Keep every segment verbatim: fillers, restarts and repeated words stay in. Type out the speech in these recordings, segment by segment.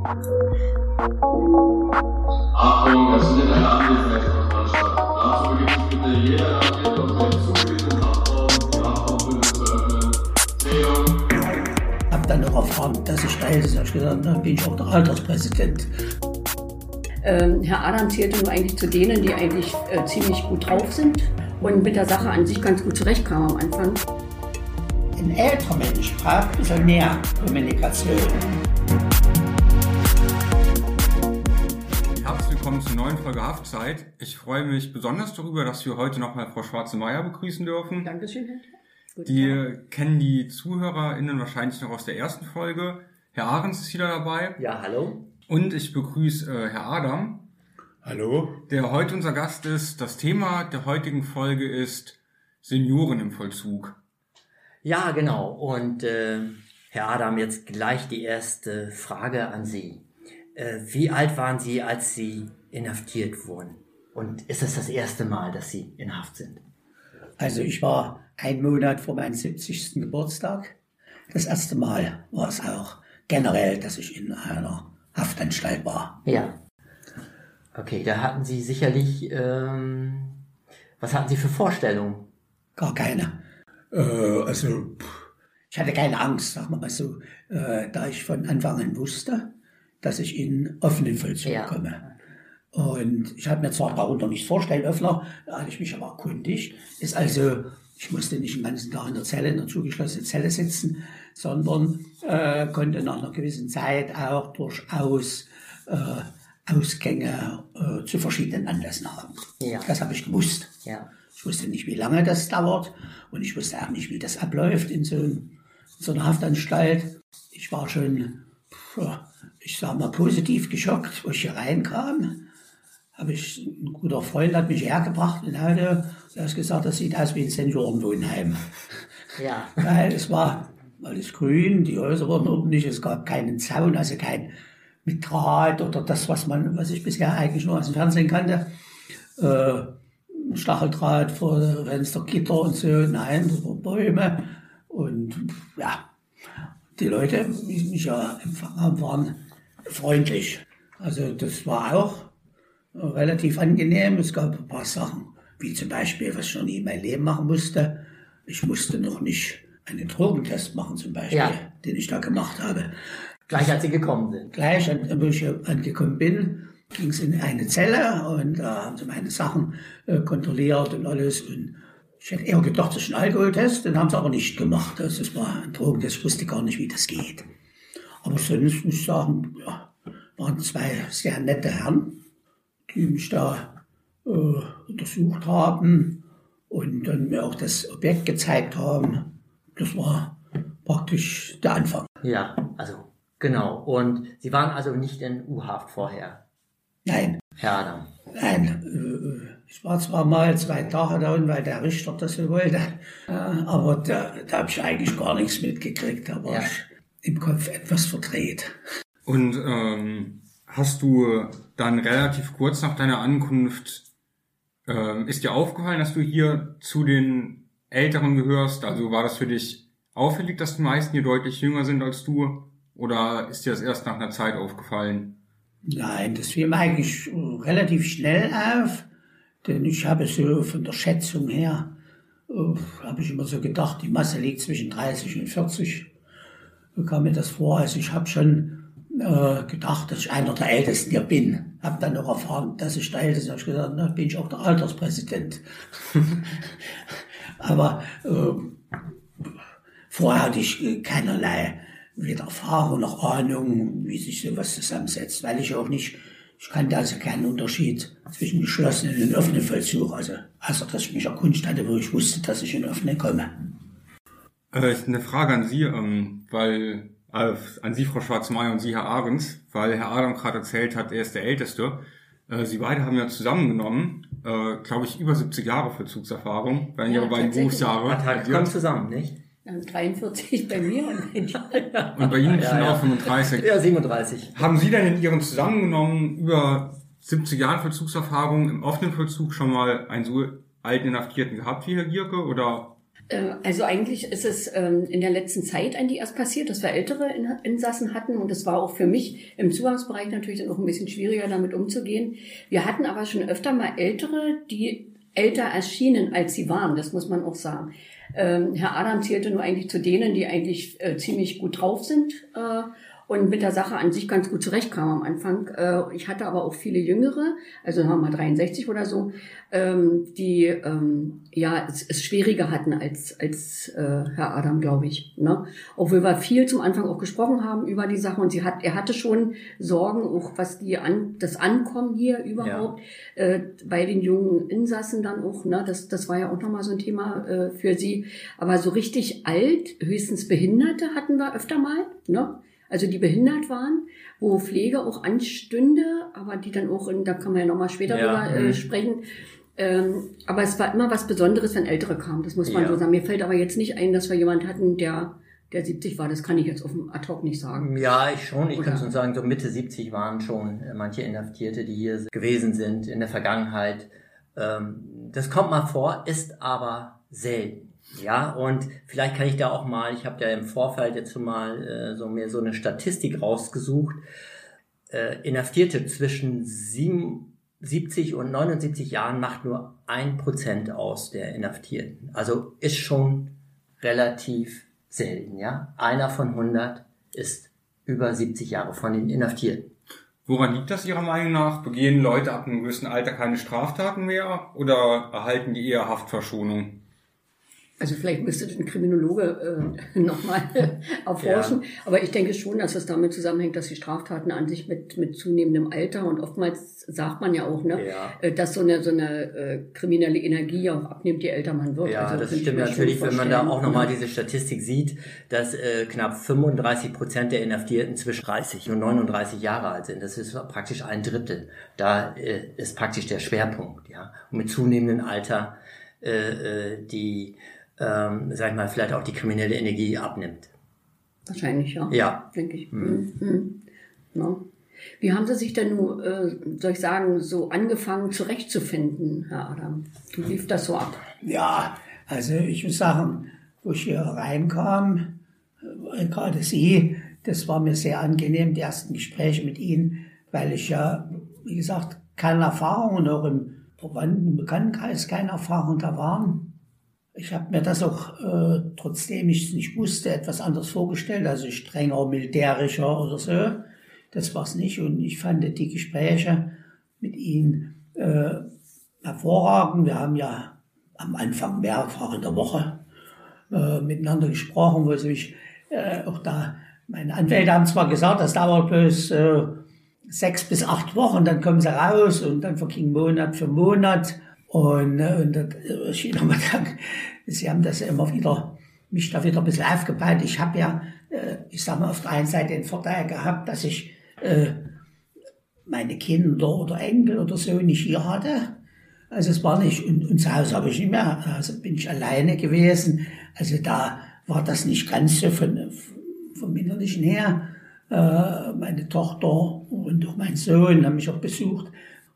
Achtung, es findet eine Anwesenheitskontrolle statt. Dazu begibt sich bitte jeder Inhaftierte aus dem zugewesenen Haftraum, die Haftraumbündel zu öffnen. Zählung. Hab dann noch erfahren, dass ich da ist. Hab ich gesagt, dann bin ich auch der Alterspräsident. Ähm, Herr Adam zählte nur eigentlich zu denen, die eigentlich äh, ziemlich gut drauf sind und mit der Sache an sich ganz gut zurechtkamen am Anfang. Ein älterer Mensch braucht ein bisschen mehr Kommunikation. Herzlich willkommen zur neuen Folge Haftzeit. Ich freue mich besonders darüber, dass wir heute nochmal Frau Schwarze-Meyer begrüßen dürfen. Dankeschön, Herr. Guten Die Tag. kennen die ZuhörerInnen wahrscheinlich noch aus der ersten Folge. Herr Ahrens ist wieder dabei. Ja, hallo. Und ich begrüße äh, Herr Adam. Hallo. Der heute unser Gast ist. Das Thema der heutigen Folge ist Senioren im Vollzug. Ja, genau. Und äh, Herr Adam, jetzt gleich die erste Frage an Sie. Äh, wie alt waren Sie, als Sie inhaftiert wurden? Und ist es das erste Mal, dass Sie in Haft sind? Also ich war ein Monat vor meinem siebzigsten Geburtstag. Das erste Mal war es auch generell, dass ich in einer Haftanstalt war. Ja. Okay, da hatten Sie sicherlich, ähm, was hatten Sie für Vorstellungen? Gar keine. Äh, also ich hatte keine Angst, sagen wir mal so, äh, da ich von Anfang an wusste, dass ich in offenen Vollzug Ja. komme. Und ich habe mir zwar darunter nichts vorstellen, Öffner, da hatte ich mich aber erkundigt. Ist also, ich musste nicht den ganzen Tag in der Zelle, in der zugeschlossenen Zelle sitzen, sondern äh, konnte nach einer gewissen Zeit auch durchaus äh, Ausgänge äh, zu verschiedenen Anlässen haben. Ja. Das habe ich gewusst. Ja. Ich wusste nicht, wie lange das dauert und ich wusste auch nicht, wie das abläuft in so, in so einer Haftanstalt. Ich war schon, ich sag mal, positiv geschockt, wo ich hier reinkam. Habe ich, ein guter Freund hat mich hergebracht und hatte, er hat gesagt, das sieht aus wie ein Seniorenwohnheim. Ja. Weil es war alles grün, die Häuser wurden ordentlich, es gab keinen Zaun, also kein mit Draht oder das, was man, was ich bisher eigentlich nur aus dem Fernsehen kannte. Äh, Stacheldraht vor der Fenstergitter und so, nein, das waren Bäume. Und ja, die Leute, die mich ja empfangen haben, waren freundlich. Also das war auch relativ angenehm. Es gab ein paar Sachen, wie zum Beispiel, was ich noch nie in meinem Leben machen musste. Ich musste noch nicht einen Drogentest machen zum Beispiel, Ja. den ich da gemacht habe. Gleich als Sie gekommen sind. Gleich, an- wo ich hier angekommen bin, ging es in eine Zelle und da haben sie meine Sachen äh, kontrolliert und alles. Und ich hätte eher gedacht, das ist ein Alkoholtest, den haben sie aber nicht gemacht. Also es war ein Drogentest, ich wusste gar nicht, wie das geht. Aber sonst muss ich sagen, ja, waren zwei sehr nette Herren, die mich da äh, untersucht haben und dann mir auch das Objekt gezeigt haben. Das war praktisch der Anfang. Ja, also genau. Und Sie waren also nicht in U-Haft vorher, Nein, Herr Adam. nein. Äh, ich war zwar mal zwei Tage da unten, weil der Richter das so wollte, äh, aber da, da habe ich eigentlich gar nichts mitgekriegt. Da war Ja. ich im Kopf etwas verdreht. Und ähm, hast du dann relativ kurz nach deiner Ankunft, ähm, ist dir aufgefallen, dass du hier zu den Älteren gehörst? Also war das für dich auffällig, dass die meisten hier deutlich jünger sind als du? Oder ist dir das erst nach einer Zeit aufgefallen? Nein, das fiel mir eigentlich äh, relativ schnell auf, denn ich habe so von der Schätzung her, äh, habe ich immer so gedacht, die Masse liegt zwischen dreißig und vierzig. So kam mir das vor. Also ich habe schon äh, gedacht, dass ich einer der Ältesten hier bin. Habe dann noch erfahren, dass ich der Älteste bin. Habe ich gesagt, na, bin ich auch der Alterspräsident. Aber äh, vorher hatte ich äh, keinerlei weder Erfahrung noch Ahnung, wie sich sowas zusammensetzt, weil ich auch nicht, ich kannte also keinen Unterschied zwischen geschlossenen und offenen Vollzug, also außer dass ich mich erkundigt hatte, wo ich wusste, dass ich in offene komme. Äh, eine Frage an Sie, ähm, weil äh, an Sie, Frau Schwarze-Meyer, und Sie, Herr Ahrens, weil Herr Adam gerade erzählt hat, er ist der Älteste. Äh, Sie beide haben ja zusammengenommen, äh, glaube ich, über siebzig Jahre Vollzugserfahrung, bei Ja, Ihre beiden tatsächlich. Berufsjahre. Hat, kommt zusammen, nicht? Ähm, dreiundvierzig bei mir und bei dir. Und bei Ihnen Ja, sind ja. auch fünfunddreißig. Ja, siebenunddreißig. Haben Sie denn in Ihren zusammengenommen über siebzig Jahren Vollzugserfahrung im offenen Vollzug schon mal einen so alten Inhaftierten gehabt wie Herr Gierke? Oder? Also eigentlich ist es ähm, in der letzten Zeit eigentlich erst passiert, dass wir ältere Insassen hatten und es war auch für mich im Zugangsbereich natürlich dann auch ein bisschen schwieriger, damit umzugehen. Wir hatten aber schon öfter mal Ältere, die älter erschienen, als sie waren, das muss man auch sagen. Ähm, Herr Adam zählte nur eigentlich zu denen, die eigentlich äh, ziemlich gut drauf sind äh, und mit der Sache an sich ganz gut zurechtkamen am Anfang. Äh, ich hatte aber auch viele Jüngere, also sagen wir mal dreiundsechzig oder so, ähm, die ähm, ja es, es schwieriger hatten als als äh, Herr Adam, glaube ich. Ne? Obwohl wir viel zum Anfang auch gesprochen haben über die Sache und sie hat, er hatte schon Sorgen, auch was die an, das Ankommen hier überhaupt ja. äh, bei den jungen Insassen dann auch. Ne? Das das war ja auch nochmal so ein Thema äh, für sie. Aber so richtig alt, höchstens Behinderte hatten wir öfter mal. Ne? Also die behindert waren, wo Pflege auch anstünde, aber die dann auch, in, da kann man ja nochmal später ja. drüber äh, sprechen. Ähm, aber es war immer was Besonderes, wenn Ältere kamen, das muss man ja. so sagen. Mir fällt aber jetzt nicht ein, dass wir jemanden hatten, der der siebzig war, das kann ich jetzt auf dem Ad-Hoc nicht sagen. Ja, ich schon. Ich Oder? kann schon sagen, so Mitte siebzig waren schon manche Inhaftierte, die hier gewesen sind in der Vergangenheit. Ähm, das kommt mal vor, ist aber selten. Ja, und vielleicht kann ich da auch mal, ich habe ja im Vorfeld jetzt schon mal äh, so mir so eine Statistik rausgesucht. Äh, Inhaftierte zwischen siebenundsiebzig und neunundsiebzig Jahren macht nur ein Prozent aus der Inhaftierten. Also ist schon relativ selten, ja. Einer von hundert ist über siebzig Jahre von den Inhaftierten. Woran liegt das Ihrer Meinung nach? Begehen Leute ab einem gewissen Alter keine Straftaten mehr oder erhalten die eher Haftverschonung? Also vielleicht müsste ein Kriminologe äh, nochmal erforschen. Ja. Aber ich denke schon, dass es damit zusammenhängt, dass die Straftaten an sich mit mit zunehmendem Alter und oftmals sagt man ja auch, ne, ja. dass so eine so eine äh, kriminelle Energie auch abnimmt, je älter man wird. Ja, also, das stimmt natürlich, wenn man da auch nochmal diese Statistik sieht, dass äh, knapp fünfunddreißig Prozent der Inhaftierten zwischen dreißig und neununddreißig Jahre alt sind. Das ist praktisch ein Drittel. Da äh, ist praktisch der Schwerpunkt, ja. Und mit zunehmendem Alter äh, äh, die Ähm, sag ich mal, vielleicht auch die kriminelle Energie abnimmt. Wahrscheinlich, ja. Ja. Denke ich. Mhm. Mhm. Ja. Wie haben Sie sich denn nun, äh, soll ich sagen, so angefangen zurechtzufinden, Herr Adam? Wie lief das so ab? Ja, also ich muss sagen, wo ich hier reinkam, äh, gerade Sie, das war mir sehr angenehm, die ersten Gespräche mit Ihnen, weil ich ja, wie gesagt, keine Erfahrung und auch im Verwandten- Bekanntenkreis keine Erfahrung da waren. Ich habe mir das auch, äh, trotzdem ich es nicht wusste, etwas anderes vorgestellt, also strenger, militärischer oder so. Das war es nicht und ich fand die Gespräche mit Ihnen äh, hervorragend. Wir haben ja am Anfang mehrfach in der Woche äh, miteinander gesprochen, wo Sie mich äh, auch da, meine Anwälte haben zwar gesagt, das dauert bloß äh, sechs bis acht Wochen, dann kommen sie raus und dann verging Monat für Monat. Und, und ich will nochmal sagen, Sie haben das ja immer wieder, mich da wieder ein bisschen aufgebaut. Ich habe ja, ich sage mal, auf der einen Seite den Vorteil gehabt, dass ich äh, meine Kinder oder Enkel oder so nicht hier hatte. Also es war nicht, und, und zu Hause habe ich nicht mehr, also bin ich alleine gewesen. Also da war das nicht ganz so von, vom Innerlichen her. Äh, meine Tochter und auch mein Sohn haben mich auch besucht.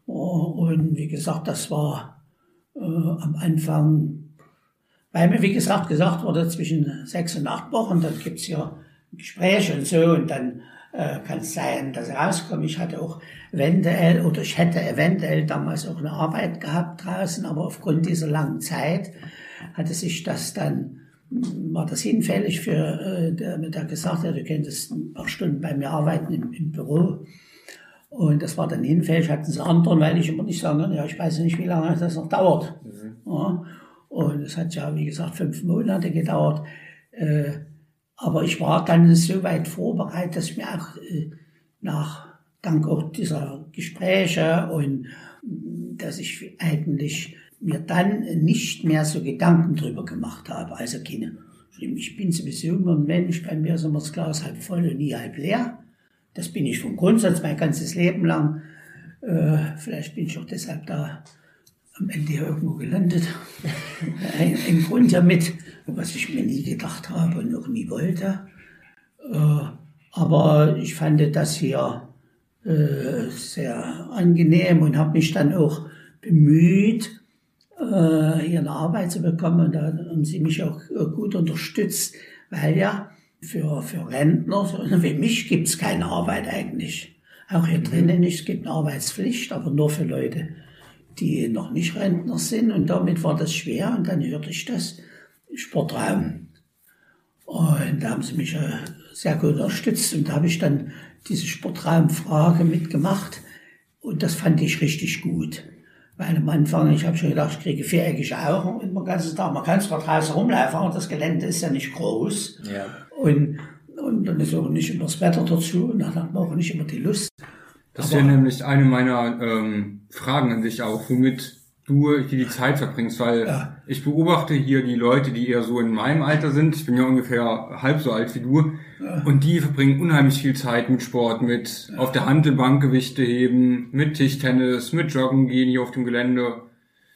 Und wie gesagt, das war äh, am Anfang, weil mir, wie gesagt, gesagt wurde, zwischen sechs und acht Wochen, dann gibt's ja Gespräche und so, und dann äh, kann es sein, dass ich rauskomme. Ich hatte auch eventuell, oder ich hätte eventuell damals auch eine Arbeit gehabt draußen, aber aufgrund dieser langen Zeit hatte sich das dann, war das hinfällig für, äh, der mir da gesagt hat, du könntest ein paar Stunden bei mir arbeiten im, im Büro. Und das war dann hinfällig, hatten sie anderen, weil ich immer nicht sagen kann, ja, ich weiß nicht, wie lange das noch dauert. Mhm. Ja, und es hat ja, wie gesagt, fünf Monate gedauert. Äh, aber ich war dann so weit vorbereitet, dass ich mir auch äh, nach, dank auch dieser Gespräche und dass ich eigentlich mir dann nicht mehr so Gedanken drüber gemacht habe. Also keine, ich bin sowieso immer ein Mensch, bei mir ist immer das Glas halb voll und nie halb leer. Das bin ich vom Grundsatz mein ganzes Leben lang. Äh, vielleicht bin ich auch deshalb da am Ende irgendwo gelandet. ein, ein Grund damit, was ich mir nie gedacht habe und noch nie wollte. Äh, aber ich fand das hier äh, sehr angenehm und habe mich dann auch bemüht, äh, äh, hier eine Arbeit zu bekommen. Und da haben sie mich auch äh, gut unterstützt, weil ja für, für Rentner so wie mich gibt es keine Arbeit eigentlich. Auch hier drinnen nicht, es gibt eine Arbeitspflicht, aber nur für Leute, die noch nicht Rentner sind. Und damit war das schwer. Und dann hörte ich das Sportraum. Und da haben sie mich äh, sehr gut unterstützt. Und da habe ich dann diese Sportraumfrage mitgemacht. Und das fand ich richtig gut. Weil am Anfang, ich habe schon gedacht, ich kriege viereckige Augen und den ganzen Tag. Man kann zwar draußen rumlaufen, aber das Gelände ist ja nicht groß. Ja. Und, und dann ist auch nicht immer das Wetter dazu. Und dann hat man auch nicht immer die Lust. Das wäre nämlich eine meiner ähm, Fragen an dich auch, womit du hier die Zeit verbringst, weil Ja. ich beobachte hier die Leute, die eher so in meinem Alter sind, ich bin ja ungefähr halb so alt wie du, Ja. und die verbringen unheimlich viel Zeit mit Sport, mit auf der Hantelbank Gewichte heben, mit Tischtennis, mit Joggen gehen hier auf dem Gelände.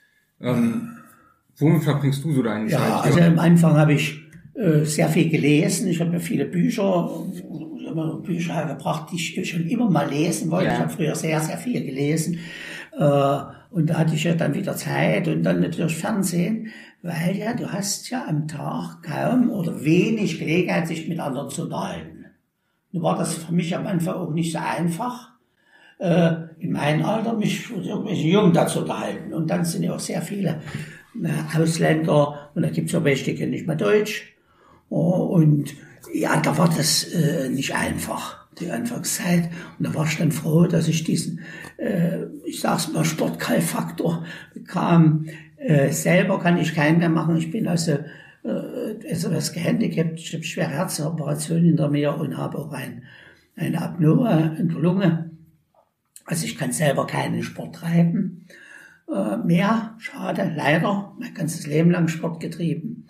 Ähm, womit verbringst du so deine Ja, Zeit? also hier? am Anfang habe ich äh, sehr viel gelesen. Ich habe mir viele Bücher, ich habe mir Bücher gebracht, die ich schon immer mal lesen wollte. Ja. Ich habe früher sehr, sehr viel gelesen. Äh, und da hatte ich ja dann wieder Zeit und dann natürlich Fernsehen, weil ja, du hast ja am Tag kaum oder wenig Gelegenheit, sich mit anderen zu unterhalten. Nun war das für mich am Anfang auch nicht so einfach, äh, in meinem Alter mich mit irgendwelchen Jungen da zu unterhalten. Und dann sind ja auch sehr viele äh, Ausländer und da gibt es ja welche, die können nicht mehr Deutsch. Oh, und ja, da war das äh, nicht einfach, die Anfangszeit. Und da war ich dann froh, dass ich diesen, äh, ich sag's mal, Sportkalfaktor bekam. Äh, selber kann ich keinen mehr machen. Ich bin also äh, etwas gehandicapt. Ich habe schwere Herzoperationen hinter mir und habe auch ein, eine Apnoe in der Lunge. Also ich kann selber keinen Sport treiben. Äh, mehr, schade, leider. Mein ganzes Leben lang Sport getrieben.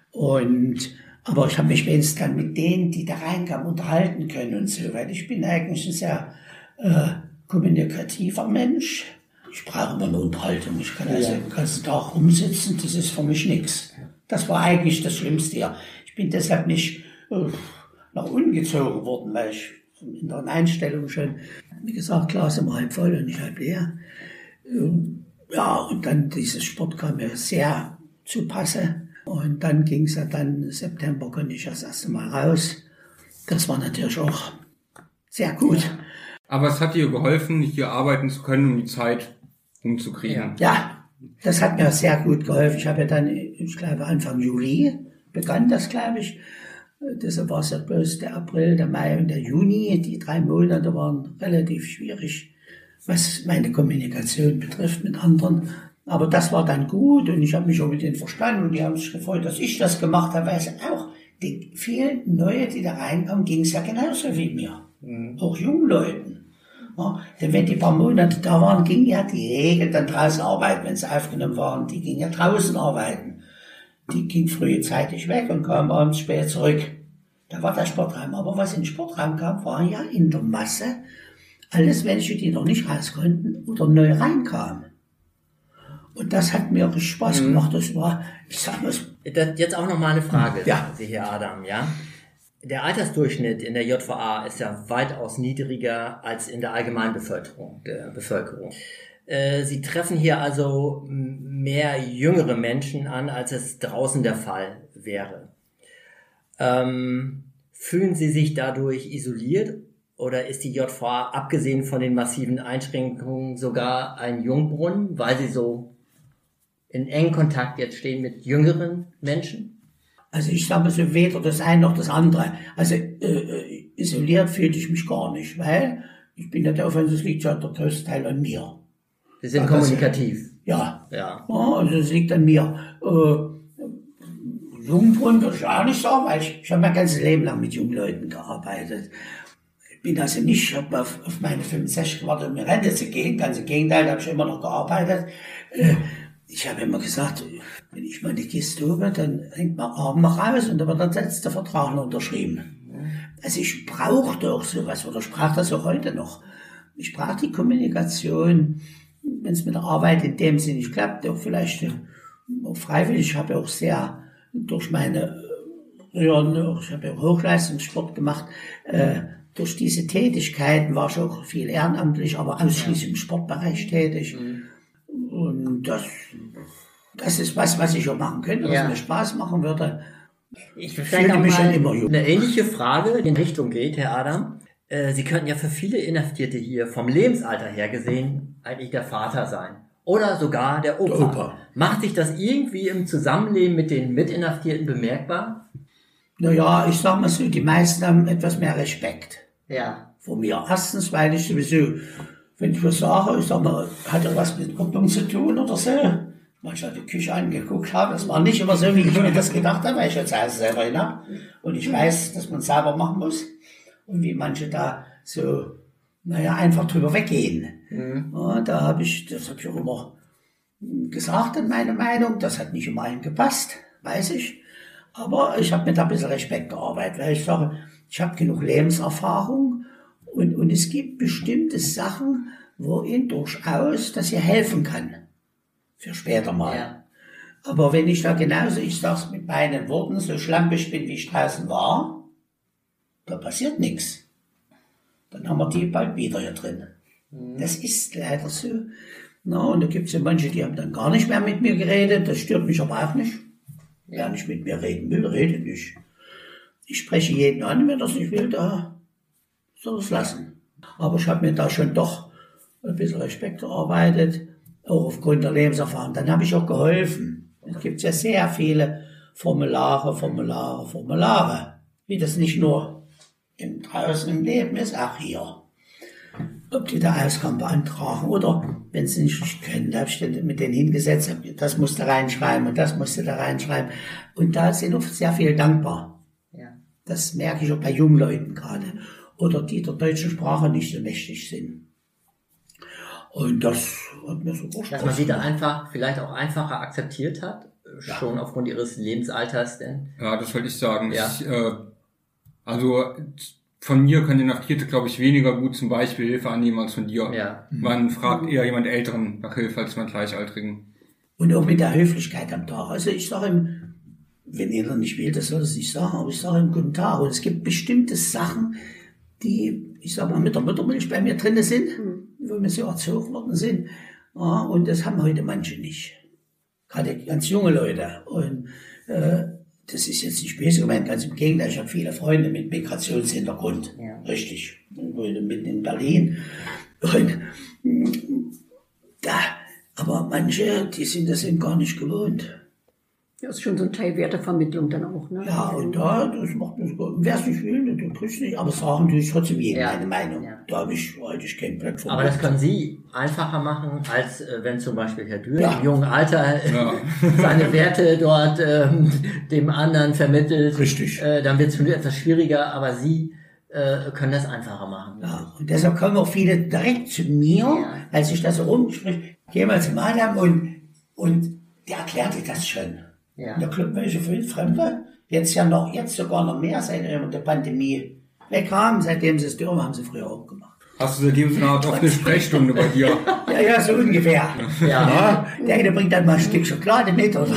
Und aber ich habe mich wenigstens dann mit denen, die da reinkamen, unterhalten können und so, weil ich bin eigentlich ein sehr äh, kommunikativer Mensch. Ich brauche immer eine Unterhaltung. Ich kann also den ganzen Tag rumsitzen, das ist für mich nichts. Das war eigentlich das Schlimmste hier. Ich bin deshalb nicht äh, nach unten gezogen worden, weil ich in der Einstellung schon, wie gesagt, Glas immer halb voll und nicht halb leer. Ähm, ja, und dann dieses Sport kam mir sehr zu Passe. Und dann ging es ja dann, im September konnte ich das erste Mal raus. Das war natürlich auch sehr gut. Aber es hat dir geholfen, hier arbeiten zu können, um die Zeit umzukriegen. Ja, das hat mir sehr gut geholfen. Ich habe ja dann, ich glaube Anfang Juli begann das, glaube ich. Deshalb war es ja bloß der April, der Mai und der Juni. Die drei Monate waren relativ schwierig, was meine Kommunikation betrifft mit anderen. Aber das war dann gut und ich habe mich auch mit denen verstanden und die haben sich gefreut, dass ich das gemacht habe, weil es auch den vielen Neuen, die da reinkamen, ging es ja genauso wie mir. Mhm. Auch jungen Leuten. Ja, denn wenn die paar Monate da waren, ging ja die Regel dann draußen arbeiten, wenn sie aufgenommen waren. Die ging ja draußen arbeiten. Die ging frühzeitig weg und kam abends spät zurück. Da war der Sportraum. Aber was in den Sportraum kam, waren ja in der Masse alles welche, die noch nicht raus konnten oder neu reinkamen. Und das hat mir richtig Spaß gemacht. Das war, ich sag mal, Das, jetzt auch noch mal eine Frage, Ja. sagen Sie, Herr Adam, ja? Der Altersdurchschnitt in der J V A ist ja weitaus niedriger als in der allgemeinen Bevölkerung. Der Bevölkerung. Äh, Sie treffen hier also mehr jüngere Menschen an, als es draußen der Fall wäre. Ähm, fühlen Sie sich dadurch isoliert oder ist die J V A, abgesehen von den massiven Einschränkungen, sogar ein Jungbrunnen, weil Sie so in engen Kontakt jetzt stehen mit jüngeren Menschen? Also ich sage mal so, weder das eine noch das andere. Also äh, isoliert fühlte ich mich gar nicht, weil ich bin ja der Aufwand, das liegt ja der größte Teil an mir. Sie sind Ja, das- kommunikativ. Ja, Ja. ja also es liegt an mir. Äh, Jungbrunnen würde ich auch nicht sagen, weil ich, ich habe mein ganzes Leben lang mit jungen Leuten gearbeitet. Ich bin also nicht, ich habe auf, auf meine fünfundsechzig gewartet, um in Rente zu gehen. Ganz im Gegenteil, da habe ich immer noch gearbeitet. Äh, Ich habe immer gesagt, wenn ich mal die Kiste habe, dann hängt man Arm noch raus und dann wird der letzte Vertrag noch unterschrieben. Also ich brauchte auch sowas, oder ich brauche das auch heute noch. Ich brauche die Kommunikation, wenn es mit der Arbeit in dem Sinne nicht klappt, auch vielleicht auch freiwillig. Ich habe ja auch sehr durch meine, ja, ich habe ja auch Hochleistungssport gemacht, äh, durch diese Tätigkeiten war ich auch viel ehrenamtlich, aber ausschließlich im Sportbereich tätig. Und das Das ist was, was ich auch machen könnte, was Ja. mir Spaß machen würde. Ich fühlte vielleicht auch mich schon mal immer jung. eine ähnliche Frage, die in Richtung geht, Herr Adam. Äh, Sie könnten ja für viele Inhaftierte hier vom Lebensalter her gesehen eigentlich der Vater sein. Oder sogar der Opa. Der Opa. Macht sich das irgendwie im Zusammenleben mit den Mitinhaftierten bemerkbar? Naja, ich sag mal so, die meisten haben etwas mehr Respekt Ja. vor mir. Erstens, weil ich sowieso, wenn ich was sage, ich sag mal, hat er was mit Ordnung zu tun oder so. Manchmal die Küche angeguckt habe, das war nicht immer so, wie ich mir das gedacht habe, weil ich jetzt alles selber hin habe. Und ich weiß, dass man es selber machen muss. Und wie manche da so, naja, einfach drüber weggehen. Mhm. Ja, da habe ich, das habe ich auch immer gesagt in meiner Meinung. Das hat nicht immer allen gepasst, weiß ich. Aber ich habe mit da ein bisschen Respekt gearbeitet, weil ich sage, ich habe genug Lebenserfahrung und, und es gibt bestimmte Sachen, wo ihnen durchaus, dass ihr helfen kann. Für später mal. Ja. Aber wenn ich da genauso, ich sag's mit meinen Worten, so schlampig bin, wie ich draußen war, da passiert nichts. Dann haben wir die bald wieder hier drin. Das ist leider so. Na, und da gibt's ja manche, die haben dann gar nicht mehr mit mir geredet. Das stört mich aber auch nicht. Wer nicht mit mir reden will, redet nicht. Ich spreche jeden an, wenn das nicht will, da soll es lassen. Aber ich habe mir da schon doch ein bisschen Respekt erarbeitet, auch aufgrund der Lebenserfahrung. Dann habe ich auch geholfen. Es gibt ja sehr viele Formulare, Formulare, Formulare. Wie das nicht nur im, draußen im Leben ist, auch hier. Ob die da Ausgaben beantragen oder wenn sie nicht können, da habe ich dann mit denen hingesetzt, hab, das musst du reinschreiben und das musst du da reinschreiben. Und da sind oft sehr viel dankbar. Ja. Das merke ich auch bei jungen Leuten gerade. Oder die der deutschen Sprache nicht so mächtig sind. Und das hat mir so Dass Spaß man sie dann gemacht. einfach, vielleicht auch einfacher akzeptiert hat, Ja. schon aufgrund ihres Lebensalters, denn. Ja, das wollte ich sagen. Ja. Ich, äh, also von mir können Inhaftierte, glaube ich, weniger gut zum Beispiel Hilfe annehmen als von dir. Ja. Man fragt eher jemand Älteren nach Hilfe als jemand Gleichaltrigen. Und auch mit der Höflichkeit am Tag. Also ich sage ihm, wenn jeder nicht will, das soll es nicht sagen, aber ich sage ihm guten Tag. Und es gibt bestimmte Sachen, die, ich sage mal, mit der Muttermilch bei mir drin sind, wo wir so erzogen worden sind. Ja, und das haben heute manche nicht. Gerade ganz junge Leute. Und äh, das ist jetzt nicht böse gemeint, ganz im Gegenteil. Ich habe viele Freunde mit Migrationshintergrund. Ja. Richtig. Und wohne mitten in Berlin. Und mh, da, aber manche, die sind das eben gar nicht gewohnt. Das ist schon so ein Teil Wertevermittlung dann auch, ne? Ja, und da, das macht das gut. Wer es nicht will, der kriegt es nicht. Aber sagen tue ich trotzdem jedem Ja. meine Meinung. Ja. Da habe ich eigentlich kein Blatt vor. Aber das können Sie einfacher machen, als äh, wenn zum Beispiel Herr Dürr Ja. im jungen Alter äh, Ja. seine Werte dort ähm, dem anderen vermittelt. Richtig. Äh, dann wird es schon etwas schwieriger, aber Sie äh, können das einfacher machen. Ja, und deshalb kommen auch viele direkt zu mir, Ja. als ich das so rumspricht. Geh mal zum Adam und, und der erklärt dir das schon. Ja. Und da kommen welche viel Fremde. Jetzt ja noch, jetzt sogar noch mehr, seit der Pandemie wegkam. Seitdem sie es dürfen, haben sie früher auch gemacht. Hast du seitdem so eine Art offene Sprechstunde bei dir? Ja, ja, so ungefähr. Ja. Ja, der eine bringt dann mal ein Stück Schokolade mit, oder?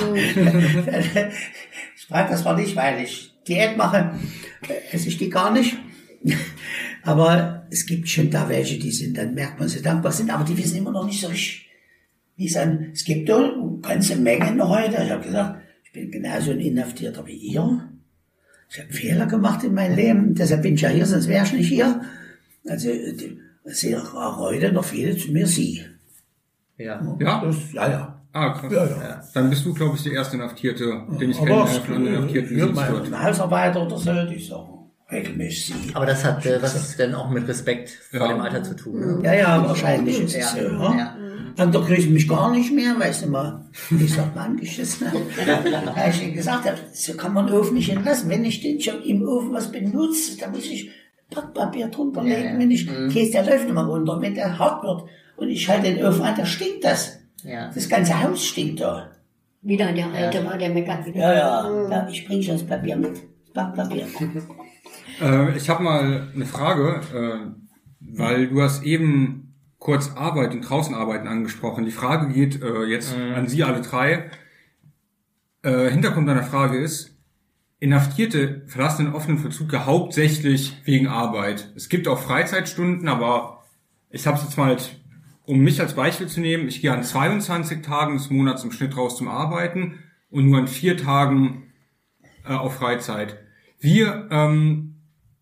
Ich frage das war nicht, weil ich Diät mache, esse ich die gar nicht. Aber es gibt schon da welche, die sind, dann merkt man, sie dankbar sind, aber die wissen immer noch nicht so richtig, wie es an, es gibt da eine ganze Menge noch heute. Ich habe gesagt, ich bin genauso ein Inhaftierter wie ihr. Ich habe Fehler gemacht in meinem Leben, deshalb bin ich ja hier, sonst wäre ich nicht hier. Also, die, es sind auch heute noch viele zu mir sie. Ja. Ja? Das, ja, ja. Ah, krass. Ja, ja. Dann bist du, glaube ich, der erste Inhaftierte, den ich Aber kenne, es- der von einem Inhaftierten hier sitzt mein dort. Hausarbeiter oder so, die sagen regelmäßig sie. Aber das hat äh, was denn auch mit Respekt vor Ja. dem Alter zu tun. Ne? Ja, ja, wahrscheinlich ist Ja. es so. Ja. Ja. Andere grüßen mich gar nicht mehr, weil sie immer, wie sagt man, angeschissen haben. Weil ich ihnen gesagt habe, so kann man den Ofen nicht entlassen. Wenn ich den schon im Ofen was benutze, dann muss ich Backpapier drunter legen. Ja, ja. Wenn ich, Käse, der läuft immer runter. Wenn der hart wird und ich halte den Ofen an, da stinkt das. Ja. Das ganze Haus stinkt da. Wieder der Alte war, der meckert wieder. Ja, ja, ja ich bringe schon das Papier mit. Backpapier. Äh, ich habe mal eine Frage, äh, weil du hast eben kurz Arbeit und draußen arbeiten angesprochen. Die Frage geht äh, jetzt an Sie alle drei. Äh, Hintergrund deiner Frage ist, Inhaftierte verlassen den offenen Vollzug ja hauptsächlich wegen Arbeit. Es gibt auch Freizeitstunden, aber ich habe es jetzt mal um mich als Beispiel zu nehmen, ich gehe an zweiundzwanzig Tagen des Monats im Schnitt raus zum Arbeiten und nur an vier Tagen äh, auf Freizeit. Wir ähm,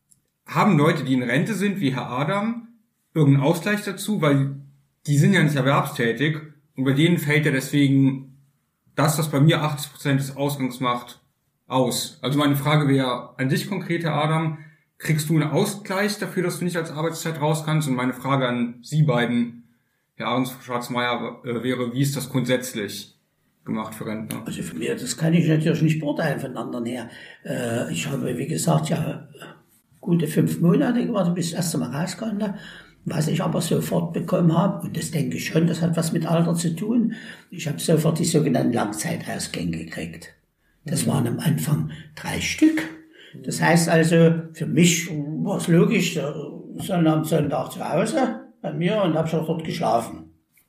haben Leute, die in Rente sind, wie Herr Adam, irgendeinen Ausgleich dazu, weil die sind ja nicht erwerbstätig und bei denen fällt ja deswegen das, was bei mir achtzig Prozent des Ausgangs macht, aus. Also meine Frage wäre an dich konkret, Herr Adam, kriegst du einen Ausgleich dafür, dass du nicht als Arbeitszeit raus kannst? Und meine Frage an Sie beiden, Herr Ahrens, Frau Schwarz-Meyer, äh, wäre, wie ist das grundsätzlich gemacht für Rentner? Also für mich, das kann ich natürlich nicht beurteilen von anderen her. Äh, ich habe, wie gesagt, ja gute fünf Monate gewartet, bis ich das erste Mal raus konnte. Was ich aber sofort bekommen habe, und das denke ich schon, das hat was mit Alter zu tun, ich habe sofort die sogenannten Langzeitausgänge gekriegt. Das waren am Anfang drei Stück. Das heißt also, für mich war es logisch, ich war am Sonntag zu Hause bei mir und habe schon dort geschlafen.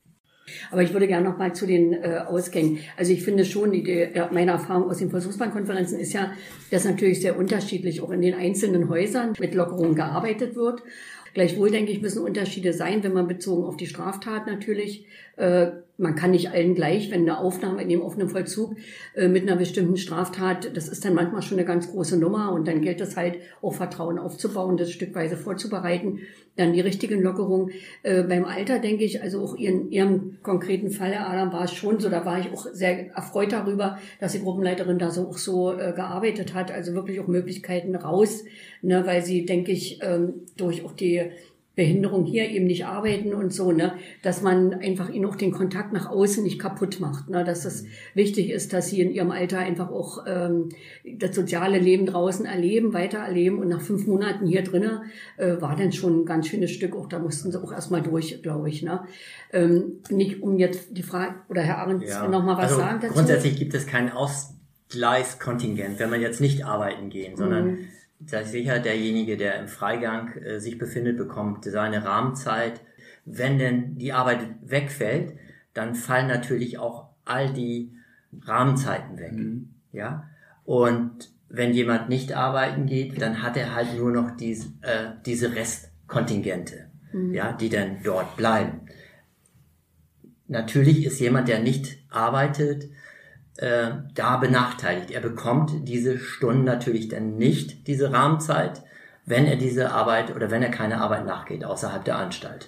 Aber ich würde gerne noch mal zu den äh, Ausgängen. Also ich finde schon, die, die, meine Erfahrung aus den Versuchsbankkonferenzen ist ja, dass natürlich sehr unterschiedlich auch in den einzelnen Häusern mit Lockerungen gearbeitet wird. Gleichwohl, denke ich, müssen Unterschiede sein, wenn man bezogen auf die Straftat natürlich, äh, man kann nicht allen gleich, wenn eine Aufnahme in dem offenen Vollzug äh, mit einer bestimmten Straftat, das ist dann manchmal schon eine ganz große Nummer und dann gilt es halt auch Vertrauen aufzubauen, das stückweise vorzubereiten, dann die richtigen Lockerungen. Äh, beim Alter denke ich, also auch in Ihrem konkreten Fall, Herr Adam, war es schon so, da war ich auch sehr erfreut darüber, dass die Gruppenleiterin da so auch so äh, gearbeitet hat, also wirklich auch Möglichkeiten raus, ne, weil sie, denke ich, ähm, durch auch die Behinderung hier eben nicht arbeiten und so, ne, dass man einfach ihnen auch den Kontakt nach außen nicht kaputt macht, ne, dass es wichtig ist, dass sie in ihrem Alter einfach auch ähm, das soziale Leben draußen erleben, weiter erleben und nach fünf Monaten hier drinnen äh, war dann schon ein ganz schönes Stück, auch da mussten sie auch erstmal durch, glaube ich, ne, ähm, nicht um jetzt die Frage, oder Herr Ahrens ja. noch mal was also sagen dazu? Grundsätzlich gibt es kein Ausgleichskontingent, wenn man jetzt nicht arbeiten gehen, sondern mhm. Sei sicher, derjenige, der im Freigang äh, sich befindet, bekommt seine Rahmenzeit. Wenn denn die Arbeit wegfällt, dann fallen natürlich auch all die Rahmenzeiten weg. Mhm. Ja? Und wenn jemand nicht arbeiten geht, dann hat er halt nur noch diese, äh, diese Restkontingente, mhm. ja, die dann dort bleiben. Natürlich ist jemand, der nicht arbeitet, Äh, da benachteiligt. Er bekommt diese Stunden natürlich dann nicht, diese Rahmenzeit, wenn er diese Arbeit oder wenn er keine Arbeit nachgeht außerhalb der Anstalt.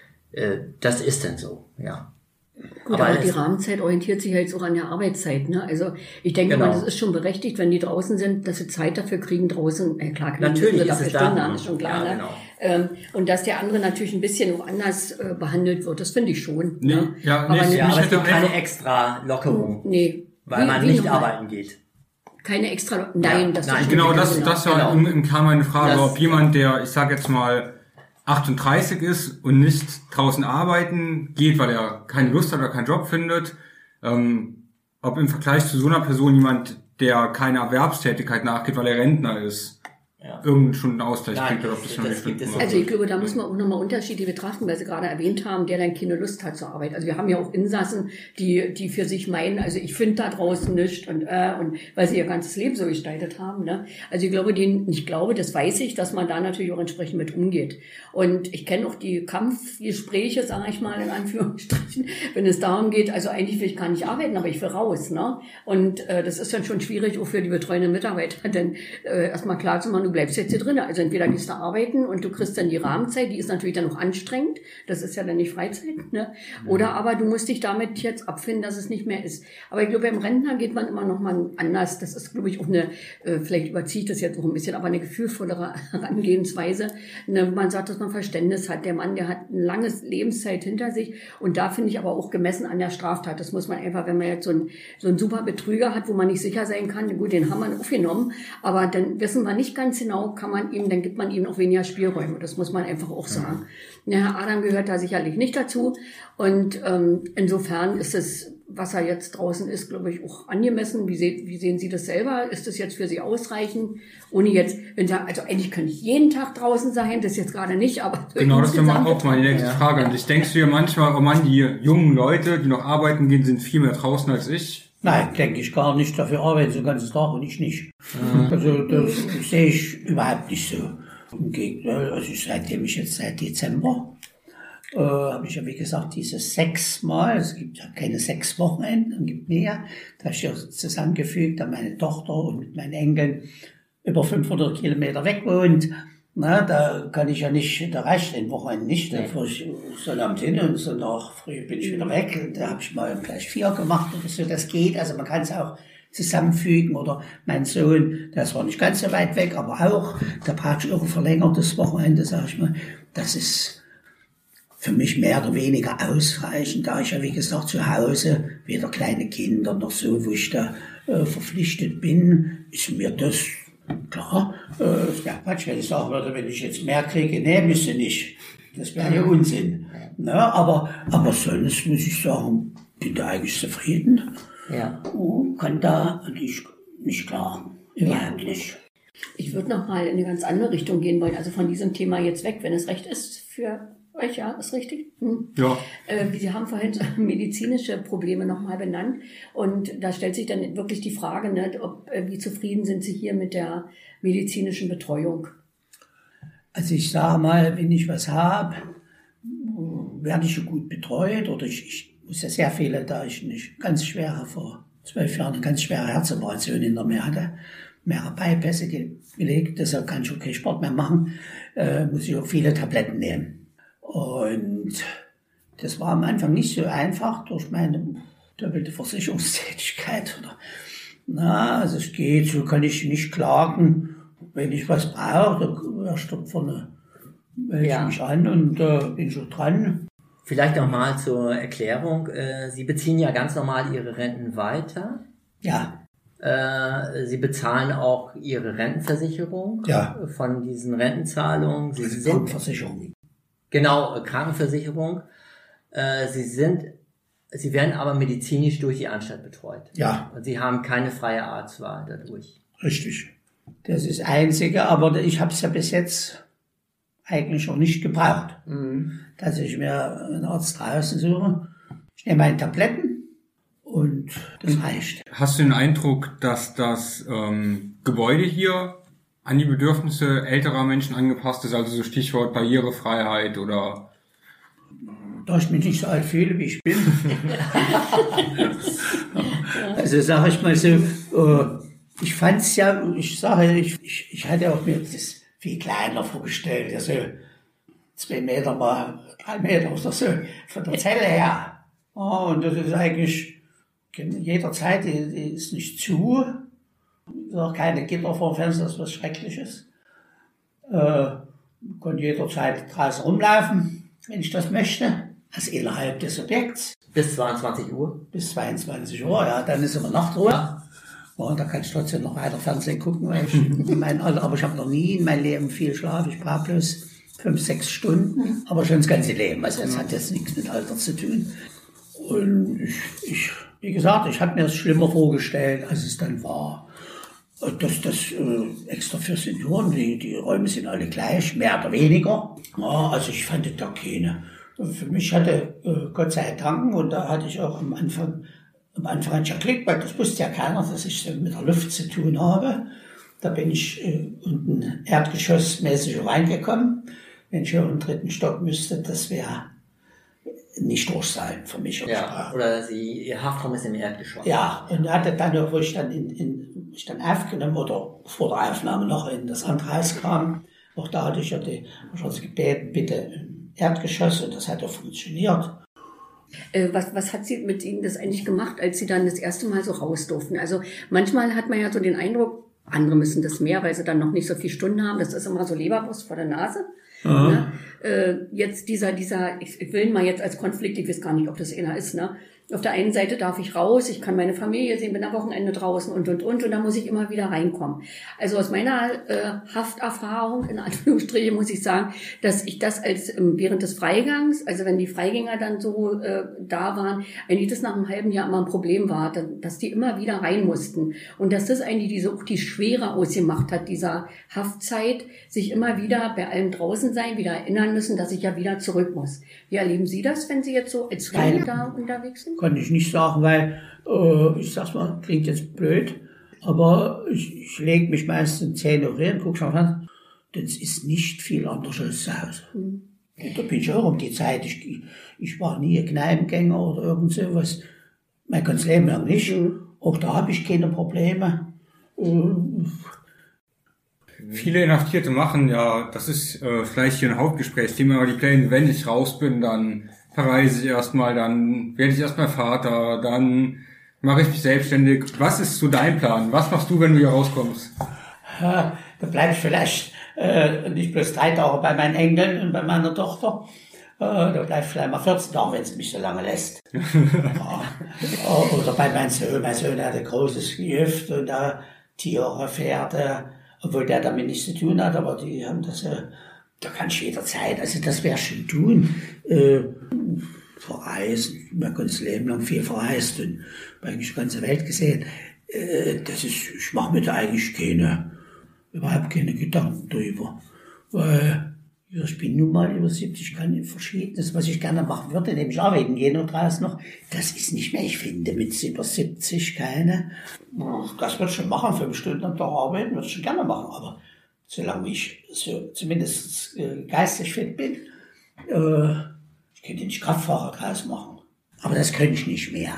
Äh, das ist dann so, ja. Gut, aber, aber die Rahmenzeit orientiert sich ja jetzt auch an der Arbeitszeit, ne? Also ich denke genau. mal, das ist schon berechtigt, wenn die draußen sind, dass sie Zeit dafür kriegen draußen. Äh, klar, natürlich ist es Stunden an, ist schon klar, ja, ne? Genau. Ähm, und dass der andere natürlich ein bisschen auch anders äh, behandelt wird, das finde ich schon. Nee, ne? ja, aber, nee, nicht, ja, aber es gibt keine extra Lockerung. Nee. Weil wie, man wie nicht nochmal? arbeiten geht. Keine extra, nein, ja, das nein, ist genau, das, genau. das war genau. im Kern meine Frage, das, ob jemand, der, ich sag jetzt mal, achtunddreißig ist und nicht draußen arbeiten geht, weil er keine Lust hat oder keinen Job findet, ähm, ob im Vergleich zu so einer Person jemand, der keine Erwerbstätigkeit nachgeht, weil er Rentner ist, ja. irgendeinen Stundenausgleich kriegt oder ob das schon nicht stimmt. Also ich glaube, da muss man auch nochmal Unterschiede betrachten, weil Sie gerade erwähnt haben, der dann keine Lust hat zur Arbeit. Also wir haben ja auch Insassen, die die für sich meinen, also ich finde da draußen nichts und äh, und weil sie ihr ganzes Leben so gestaltet haben. Ne? Also ich glaube, den, ich glaube, das weiß ich, dass man da natürlich auch entsprechend mit umgeht. Und ich kenne auch die Kampfgespräche, sage ich mal in Anführungsstrichen, wenn es darum geht, also eigentlich will ich gar nicht arbeiten, aber ich will raus. Ne? Und äh, das ist dann schon schwierig auch für die betreuenden Mitarbeiter, denn äh, erstmal klar zu machen, du bleibst jetzt hier drin. Also entweder gehst du arbeiten und du kriegst dann die Rahmenzeit, die ist natürlich dann noch anstrengend, das ist ja dann nicht Freizeit, ne? Oder aber du musst dich damit jetzt abfinden, dass es nicht mehr ist. Aber ich glaube, beim Rentner geht man immer noch mal anders. Das ist, glaube ich, auch eine, äh, vielleicht überzieht das jetzt auch ein bisschen, aber eine gefühlvollere Herangehensweise. Ne? Man sagt, dass man Verständnis hat. Der Mann, der hat eine lange Lebenszeit hinter sich und da finde ich aber auch gemessen an der Straftat. Das muss man einfach, wenn man jetzt so einen, so einen super Betrüger hat, wo man nicht sicher sein kann, gut, den haben wir aufgenommen, aber dann wissen wir nicht ganz genau, kann man ihm, dann gibt man ihm auch weniger Spielräume. Das muss man einfach auch sagen. Ja, Herr Adam gehört da sicherlich nicht dazu. Und ähm, insofern ist es, was er jetzt draußen ist, glaube ich, auch angemessen. Wie, se- wie sehen Sie das selber? Ist das jetzt für Sie ausreichend? Ohne jetzt, wenn Sie, also eigentlich könnte ich jeden Tag draußen sein, das jetzt gerade nicht, aber... Genau, das wäre auch mal die nächste ja. Frage an dich. Denkst du dir manchmal, oh Mann, die jungen Leute, die noch arbeiten gehen, sind viel mehr draußen als ich? Nein, denke ich gar nicht. Dafür arbeiten sie den ganzen Tag und ich nicht. Mhm. Also das sehe ich überhaupt nicht so. Im Gegenteil, also seitdem ich jetzt seit Dezember äh, habe ich ja wie gesagt dieses sechsmal, es gibt ja keine sechs Wochenenden, es gibt mehr, da habe ich ja zusammengefügt, da meine Tochter und mit meinen Enkeln über fünfhundert Kilometer weg wohnt. Na, da kann ich ja nicht, da reicht den Wochenende nicht. Da fahre ich Sonnabend hin und Sonntag früh bin ich wieder weg. Und da habe ich mal gleich vier gemacht oder so, das geht. Also man kann es auch zusammenfügen. Oder mein Sohn, der ist zwar nicht ganz so weit weg, aber auch, da brauche ich auch ein verlängertes Wochenende, sage ich mal. Das ist für mich mehr oder weniger ausreichend, da ich ja, wie gesagt, zu Hause weder kleine Kinder noch so, wo ich da äh, verpflichtet bin, ist mir das klar, äh, es wäre Quatsch, wenn ich sagen würde, wenn ich jetzt mehr kriege, nee, müsste nicht. Das wäre ja Unsinn. Ne? Aber, aber sonst muss ich sagen, bin da eigentlich zufrieden. Ja. Und kann da nicht, nicht klagen. Überhaupt nicht. Ich würde noch mal in eine ganz andere Richtung gehen wollen, also von diesem Thema jetzt weg, wenn es recht ist für euch, ja, ist richtig? Hm. Ja. Äh, Sie haben vorhin so medizinische Probleme nochmal benannt und da stellt sich dann wirklich die Frage, ne, ob, äh, wie zufrieden sind Sie hier mit der medizinischen Betreuung? Also ich sage mal, wenn ich was habe, werde ich gut betreut oder ich, ich muss ja sehr viele, da ich nicht ganz schwere, vor zwölf Jahren eine ganz schwere Herzoperation hinter mir hatte, mehrere Bypässe gelegt, deshalb kann ich auch keinen Sport mehr machen, äh, muss ich auch viele Tabletten nehmen. Und das war am Anfang nicht so einfach durch meine doppelte Versicherungstätigkeit. Oder, na, also es geht, so kann ich nicht klagen. Wenn ich was brauche, dann stoppt vorne, melde ich Ja. mich an und äh, bin schon dran. Vielleicht noch mal zur Erklärung. Äh, Sie beziehen ja ganz normal Ihre Renten weiter. Ja, Äh, Sie bezahlen auch Ihre Rentenversicherung Ja. von diesen Rentenzahlungen. Sie also sind Krankenversicherung. genau äh, Krankenversicherung. Äh, Sie sind, Sie werden aber medizinisch durch die Anstalt betreut. Ja, Und Sie haben keine freie Arztwahl dadurch. richtig. Das ist das Einzige, aber ich habe es ja bis jetzt eigentlich noch nicht gebraucht, dass ich mir einen Arzt draußen suche. Ich nehme meine Tabletten und das reicht. Hast du den Eindruck, dass das ähm, Gebäude hier an die Bedürfnisse älterer Menschen angepasst ist, also so Stichwort Barrierefreiheit oder... Da ich mich nicht so alt fühle, wie ich bin. Also sage ich mal so, äh, ich fand es ja, ich sage, ich, ich, ich hatte auch mir das viel kleiner vorgestellt, also zwei Meter mal drei Meter oder so von der Zelle her. Oh, und das ist eigentlich jederzeit, die, die ist nicht zu, ist auch keine Gitter vor dem Fenster, das ist was Schreckliches. Äh, man kann jederzeit draußen rumlaufen, wenn ich das möchte, also innerhalb des Objekts. Bis zweiundzwanzig Uhr. Bis zweiundzwanzig Uhr, ja, dann ist immer Nachtruhe. Ja. Und da kann ich trotzdem noch weiter Fernsehen gucken, weil ich in meinem Alter, aber ich habe noch nie in meinem Leben viel Schlaf. Ich brauche bloß fünf, sechs Stunden, aber schon das ganze Leben. Also das hat jetzt nichts mit Alter zu tun. Und ich, ich wie gesagt, ich habe mir das schlimmer vorgestellt, als es dann war. Das, das äh, extra für Senioren, die, die Räume sind alle gleich, mehr oder weniger. Ja, also ich fand da keine. Für mich hatte äh, Gott sei Dank, und da hatte ich auch am Anfang, am Anfang hatte ich ja Glück, weil das wusste ja keiner, dass ich so mit der Luft zu tun habe. Da bin ich äh, unten erdgeschossmäßig reingekommen. Wenn ich hier im dritten Stock müsste, das wäre nicht durch sein für mich. Ja, oder Sie, Ihr Haftraum ist im Erdgeschoss. Ja, und hatte dann, wo ich dann in, in ich dann aufgenommen oder vor der Aufnahme noch in das andere Haus kam, auch da hatte ich ja die Chance gebeten, bitte im Erdgeschoss, und das hat ja funktioniert. Äh, was, was hat sie mit Ihnen das eigentlich gemacht, als Sie dann das erste Mal so raus durften? Also manchmal hat man ja so den Eindruck, andere müssen das mehr, weil sie dann noch nicht so viele Stunden haben. Das ist immer so Leberwurst vor der Nase. Ne? Äh, jetzt dieser, dieser, ich, ich will ihn mal jetzt als Konflikt, ich weiß gar nicht, ob das einer ist, ne? Auf der einen Seite darf ich raus, ich kann meine Familie sehen, bin am Wochenende draußen und, und, und, und da muss ich immer wieder reinkommen. Also aus meiner äh, Hafterfahrung, in Anführungsstrichen, muss ich sagen, dass ich das als ähm, während des Freigangs, also wenn die Freigänger dann so äh, da waren, eigentlich das nach einem halben Jahr immer ein Problem war, dass die immer wieder rein mussten. Und dass das eigentlich diese, auch die Schwere ausgemacht hat, dieser Haftzeit, sich immer wieder bei allem draußen sein, wieder erinnern müssen, dass ich ja wieder zurück muss. Wie erleben Sie das, wenn Sie jetzt so als Freie da unterwegs sind? Kann ich nicht sagen, weil, äh, ich sag's mal, klingt jetzt blöd, aber ich, ich lege mich meistens um zehn Uhr hin, guck schon an, das ist nicht viel anders als zu Hause. Da bin ich auch um die Zeit. Ich, ich war nie ein Kneipengänger oder irgend sowas. Mein ganzes Leben lang nicht. Auch da habe ich keine Probleme. Viele Inhaftierte machen ja, das ist äh, vielleicht hier ein Hauptgesprächsthema, aber die Pläne, wenn ich raus bin, dann verreise ich erstmal, dann werde ich erstmal Vater, dann mache ich mich selbstständig. Was ist so dein Plan? Was machst du, wenn du hier rauskommst? Ja, da bleib ich vielleicht äh, nicht bloß drei Tage bei meinen Enkeln und bei meiner Tochter. Äh, da bleib ich vielleicht mal vierzehn Tage, wenn es mich so lange lässt. Ja. Oder bei meinem Sohn. Mein Sohn hat ein großes Gehöft und da Tiere, Pferde, obwohl der damit nichts zu tun hat, aber die haben das, äh, da kann ich jederzeit, also das werde ich schon tun. Äh, verreisen, mein ganzes Leben lang viel verreist und eigentlich die ganze Welt gesehen. Äh, das ist, ich mache mir da eigentlich keine, überhaupt keine Gedanken drüber. Weil, ja, ich bin nun mal über siebzig, kann Verschiedenes, was ich gerne machen würde, nämlich arbeiten gehen und draußen noch. Das ist nicht mehr, ich finde mit über siebzig keine, das würde ich schon machen, fünf Stunden am Tag arbeiten, würde ich schon gerne machen, aber solange ich so zumindest äh, geistig fit bin, äh, ich könnte nicht Kraftfahrer draus machen. Aber das könnte ich nicht mehr.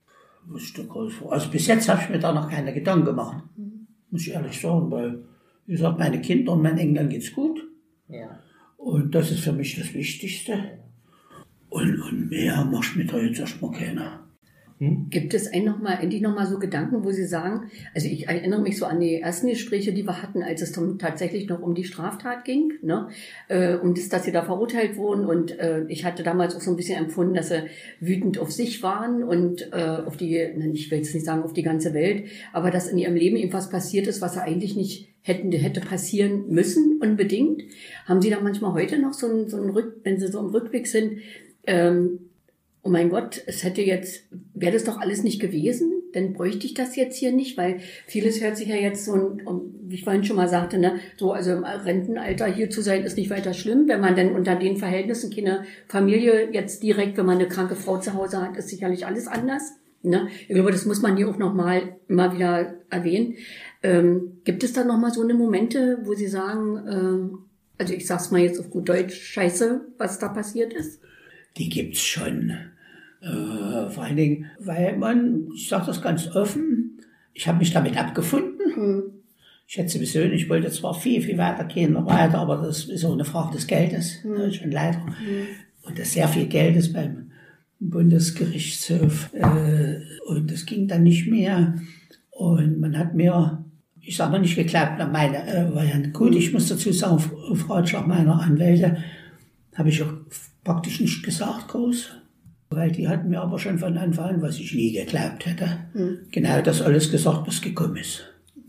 Also bis jetzt habe ich mir da noch keine Gedanken gemacht. Muss ich ehrlich sagen, weil, wie gesagt, meine Kinder und meinen Enkeln geht's gut. Ja. Und das ist für mich das Wichtigste. Und, und mehr mache ich mir da jetzt erstmal keine. Hm? Gibt es einen noch mal, endlich noch mal so Gedanken, wo Sie sagen, also ich erinnere mich so an die ersten Gespräche, die wir hatten, als es dann tatsächlich noch um die Straftat ging, ne, äh, um das, dass Sie da verurteilt wurden und äh, ich hatte damals auch so ein bisschen empfunden, dass Sie wütend auf sich waren und äh, auf die, ich will jetzt nicht sagen auf die ganze Welt, aber dass in Ihrem Leben irgendwas passiert ist, was Sie eigentlich nicht hätten, hätte passieren müssen, unbedingt. Haben Sie da manchmal heute noch so ein, so ein Rück, wenn Sie so im Rückblick sind, ähm, oh mein Gott, es hätte jetzt, wäre das doch alles nicht gewesen, dann bräuchte ich das jetzt hier nicht, weil vieles hört sich ja jetzt so, wie ich vorhin schon mal sagte, ne, so, also im Rentenalter hier zu sein, ist nicht weiter schlimm, wenn man dann unter den Verhältnissen keine Familie jetzt direkt, wenn man eine kranke Frau zu Hause hat, ist sicherlich alles anders, ne. Ich glaube, das muss man hier auch nochmal immer wieder erwähnen. Ähm, gibt es da nochmal so eine Momente, wo Sie sagen, ähm, also ich sag's mal jetzt auf gut Deutsch, scheiße, was da passiert ist? Die gibt's schon. Äh, vor allen Dingen, weil man, ich sage das ganz offen, ich habe mich damit abgefunden. Mhm. Ich hätte sowieso nicht, ich wollte zwar viel, viel weiter gehen, noch weiter, aber das ist auch eine Frage des Geldes, mhm. schon leider. Mhm. Und das sehr viel Geld ist beim Bundesgerichtshof. Äh, und das ging dann nicht mehr. Und man hat mir, ich sage mal nicht geklappt, meine äh, war ja gut. Ich muss dazu sagen, auf, auf Ratschlag meiner Anwälte habe ich auch praktisch nicht gesagt groß, weil die hatten mir aber schon von Anfang an, was ich nie geglaubt hätte, mhm. genau das alles gesagt, was gekommen ist.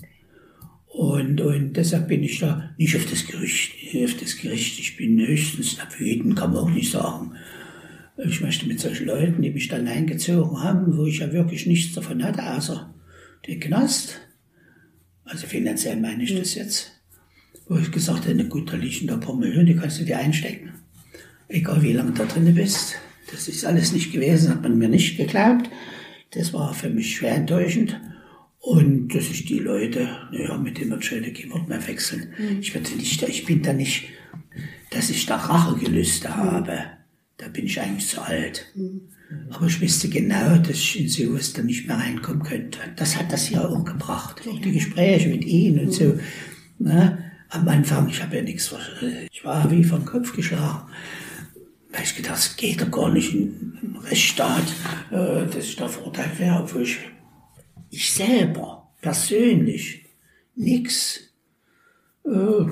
Und, und deshalb bin ich da nicht auf das Gericht, auf das Gericht. Ich bin höchstens wütend, kann man auch nicht sagen. Ich möchte mit solchen Leuten, die mich dann eingezogen haben, wo ich ja wirklich nichts davon hatte, außer den Knast. Also finanziell meine ich mhm. das jetzt. Wo ich gesagt hätte, gut, da liegen da ein paar Millionen, die kannst du dir einstecken. Egal wie lange du da drin bist. Das ist alles nicht gewesen, hat man mir nicht geglaubt. Das war für mich schwer enttäuschend. Und dass ich die Leute, naja, mit denen wir schon kein Wort mehr wechseln. Mhm. Ich werde nicht, ich bin da nicht, dass ich da Rachegelüste mhm. habe. Da bin ich eigentlich zu alt. Mhm. Aber ich wusste genau, dass ich in sowas dann nicht mehr reinkommen könnte. Das hat das ja auch gebracht. Auch die Gespräche mit Ihnen und mhm. so. Na, am Anfang, ich habe ja nichts, ich war wie vom Kopf geschlagen. Da habe ich gedacht, das geht doch gar nicht in einem Rechtsstaat, äh, dass ich da verurteilt wäre, obwohl ich, ich selber, persönlich, nichts äh,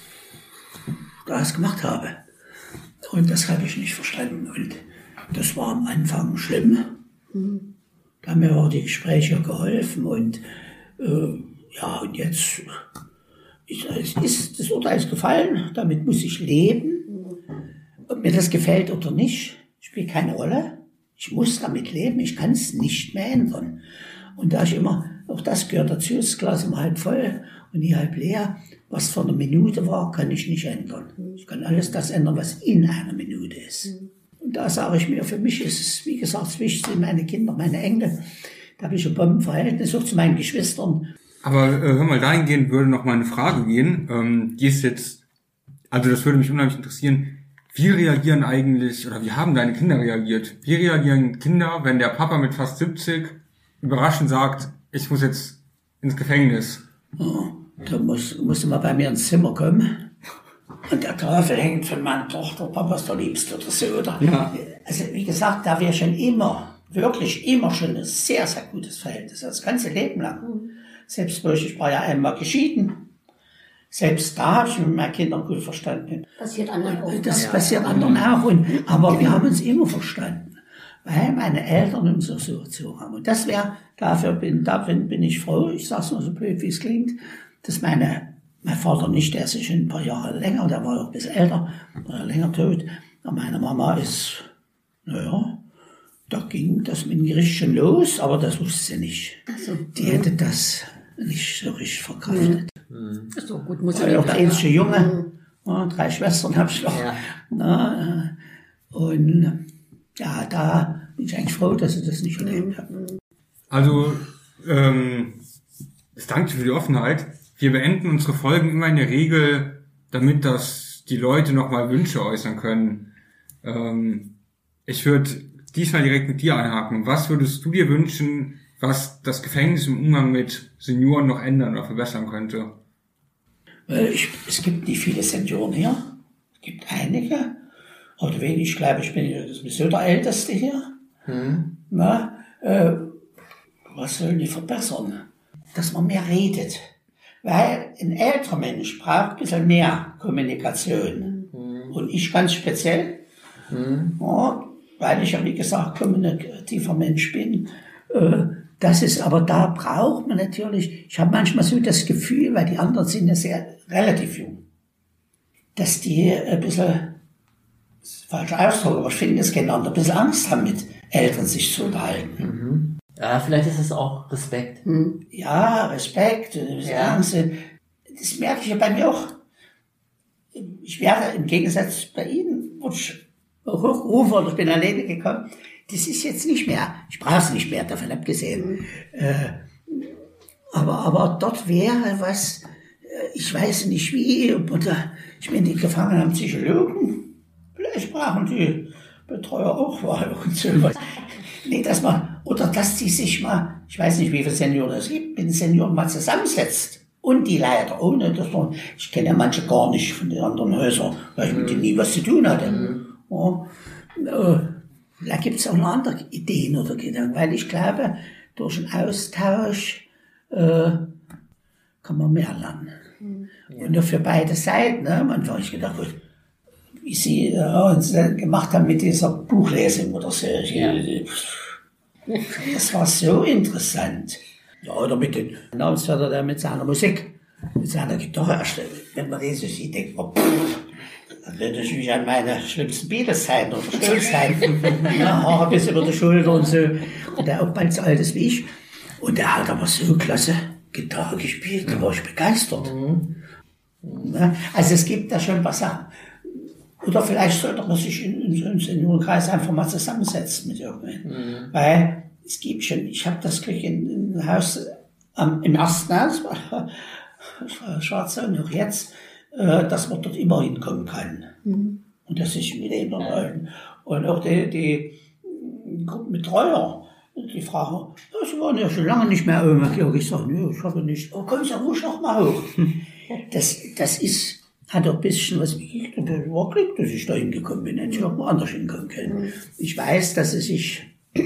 daraus gemacht habe. Und das habe ich nicht verstanden. Und das war am Anfang schlimm. Mhm. Da haben mir auch die Gespräche geholfen. Und äh, ja, und jetzt ist, ist das Urteil ist gefallen, damit muss ich leben. Ob mir das gefällt oder nicht, spielt keine Rolle. Ich muss damit leben, ich kann es nicht mehr ändern. Und da ich immer, auch das gehört dazu, das Glas immer halb voll und nie halb leer. Was vor einer Minute war, kann ich nicht ändern. Ich kann alles das ändern, was in einer Minute ist. Und da sage ich mir, für mich ist es, wie gesagt, das Wichtigste, meine Kinder, meine Enkel. Da habe ich ein Bombenverhältnis, auch zu meinen Geschwistern. Aber äh, hör mal, dahingehend würde noch mal eine Frage gehen. Ähm, die ist jetzt, also das würde mich unheimlich interessieren. wie reagieren eigentlich, oder wie haben deine Kinder reagiert? Wie reagieren Kinder, wenn der Papa mit fast siebzig überraschend sagt, ich muss jetzt ins Gefängnis? Ja, da muss, musste mal bei mir ins Zimmer kommen. Und der Tafel hängt von meiner Tochter, Papa ist der Liebste oder so. Oder? Ja. Also wie gesagt, da wäre schon immer, wirklich immer schon ein sehr, sehr gutes Verhältnis. Das ganze Leben lang. Selbst ich war ja einmal geschieden. Selbst da habe ich mit meinen Kindern gut verstanden. Passiert anderen auch. Das passiert anderen auch. Und, aber wir haben uns immer verstanden, weil meine Eltern uns so so erzogen haben. Und das wäre, dafür bin, dafür bin ich froh, ich sage es nur so blöd, wie es klingt, dass meine, mein Vater nicht, der ist schon ein paar Jahre länger, der war auch ein bisschen älter, war länger tot. Aber meine Mama ist, naja, da ging das mit dem Gericht schon los, aber das wusste sie nicht. Ach so. Die hätte das nicht so richtig verkraftet. Ist doch gut, muss Ich war auch der einzige Junge. Ja, drei Schwestern habe ich noch. Ja. Na, und ja, da bin ich eigentlich froh, dass ich das nicht erlebt habe. Also, ähm, ich danke dir für die Offenheit. Wir beenden unsere Folgen immer in der Regel, damit das die Leute nochmal Wünsche äußern können. Ähm, ich würde diesmal direkt mit dir einhaken. Was würdest du dir wünschen, was das Gefängnis im Umgang mit Senioren noch ändern oder verbessern könnte? Ich, es gibt nicht viele Senioren hier. Es gibt einige. Oder wenig, ich glaube, ich bin sowieso der Älteste hier. Hm. Na, äh, was sollen die verbessern? Dass man mehr redet. Weil ein älterer Mensch braucht ein bisschen mehr Kommunikation. Hm. Und ich ganz speziell, Hm. ja, weil ich ja, wie gesagt, kommunikativer Mensch bin. Äh, das ist, aber da braucht man natürlich, ich habe manchmal so das Gefühl, weil die anderen sind ja sehr relativ jung, dass die ein bisschen, falsch Ausdruck, aber ich finde es genannt, ein bisschen Angst haben, mit Eltern sich zu unterhalten. Mhm. Ja, vielleicht ist es auch Respekt. Hm. Ja, Respekt, Ja. Angst, das merke ich ja bei mir auch. Ich werde im Gegensatz bei Ihnen, wurde ich hochgerufen oder ich bin alleine gekommen. Das ist jetzt nicht mehr, ich brauche es nicht mehr, davon abgesehen. Mhm. Äh, aber, aber dort wäre was, äh, ich weiß nicht wie, oder ich meine, die Gefangenen haben Psychologen, vielleicht brauchen die Betreuer auch mal und so was. Nee, dass man, oder dass die sich mal, ich weiß nicht, wie viele Senioren es gibt, mit den Senioren mal zusammensetzt. Und die leider ohne, dass man, ich kenne ja manche gar nicht von den anderen Häusern, weil ich mit denen nie was zu tun hatte. Mhm. Ja, äh, da gibt es auch noch andere Ideen oder Gedanken, weil ich glaube, durch einen Austausch äh, kann man mehr lernen. Mhm. Und nur für beide Seiten. Ne? Man habe ich gedacht, wie Sie äh, uns gemacht haben mit dieser Buchlesung oder so. Ja. Das war so interessant. Ja, oder mit den Namensvetter, der mit seiner Musik, mit seiner Gitarre erstellt. Wenn man das so sieht, denkt man, pff, da erinnere ich mich an meine schlimmsten Beatles-Zeiten oder Schulzeiten. Ja, Haare bis über die Schulter und so. Und der auch bald so alt ist wie ich. Und der hat aber so klasse Gitarre gespielt, da war ich begeistert. Mhm. Ja, also es gibt da schon ein paar Sachen. Oder vielleicht sollte man sich in, in so einem Seniorenkreis einfach mal zusammensetzen mit irgendwen. Mhm. Weil es gibt schon, ich habe das Glück in, in einem Haus, ähm, im ersten Haus, Schwarze und auch jetzt, äh, dass man dort immer hinkommen kann. Mhm. Und das ist mit den Leuten. Und auch die, die Gruppenbetreuer, die fragen, ja, Sie waren ja schon lange nicht mehr oben. Ich sage, nee, ich habe nicht. Oh, kommen Sie ruhig noch mal hoch. Das, das ist, hat auch ein bisschen was gekriegt. Und das war Glück, dass ich da hingekommen bin. Hätte ich auch woanders hinkommen können. Ich weiß, dass es sich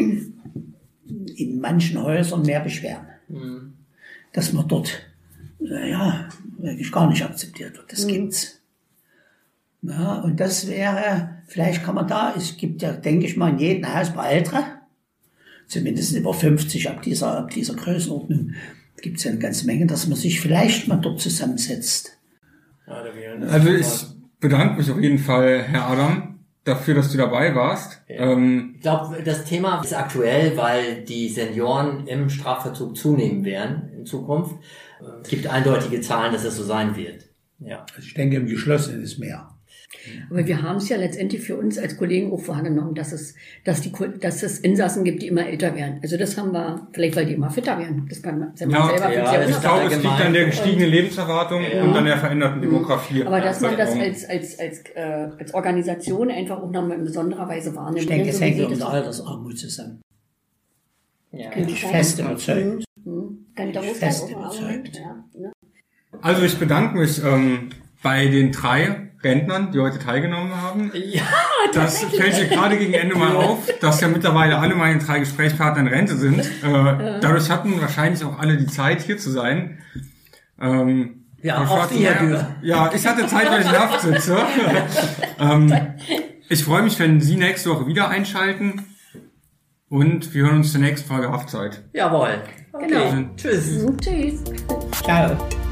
in manchen Häusern mehr beschweren. Mhm. Dass man dort, naja, wirklich gar nicht akzeptiert wird. Das mhm. gibt's. Ja, und das wäre, vielleicht kann man da, es gibt ja, denke ich mal, in jedem Haus bei Ältere, zumindest über fünfzig ab dieser, ab dieser Größenordnung, gibt es ja eine ganze Menge, dass man sich vielleicht mal dort zusammensetzt. Also ich bedanke mich auf jeden Fall, Herr Adam, dafür, dass du dabei warst. Ja. Ähm, ich glaube, das Thema ist aktuell, weil die Senioren im Strafvollzug zunehmen werden in Zukunft. Es gibt eindeutige Zahlen, dass es so sein wird. Ja. Also ich denke, im Geschlossenen ist mehr. Aber wir haben es ja letztendlich für uns als Kollegen auch wahrgenommen, dass es, dass die, dass es Insassen gibt, die immer älter werden. Also das haben wir, vielleicht weil die immer fitter werden. Das kann man selber, Ja, selber ja, sehr das Ich ist glaube, es allgemein. liegt an der gestiegenen Lebenserwartung und an der veränderten Demografie. Aber dass man das Ja. als, als, als, äh, als Organisation einfach auch nochmal in besonderer Weise wahrnimmt. Ich denke, es So wie hängt Sie mit das der auch- Altersarmut zusammen. Ja. Bin ich fest überzeugt. Hm. Kann ich da Ich auch fest sagen, auch überzeugt. Ja, ne? Also ich bedanke mich ähm, bei den drei Rentnern, die heute teilgenommen haben. Ja, Das fällt mir gerade gegen Ende mal auf, dass ja mittlerweile alle meine drei Gesprächspartner in Rente sind. Äh, dadurch hatten wahrscheinlich auch alle die Zeit, hier zu sein. Ähm, Ja, aber auch Schwarzenberg- wir, Dürr. Ja, ich hatte Zeit, weil ich in Haft sitze. ähm, ich freue mich, wenn Sie nächste Woche wieder einschalten. Und wir hören uns zur nächsten Folge Haftzeit. jawohl. Okay. Genau. Tschüss. Tschüss. Ciao.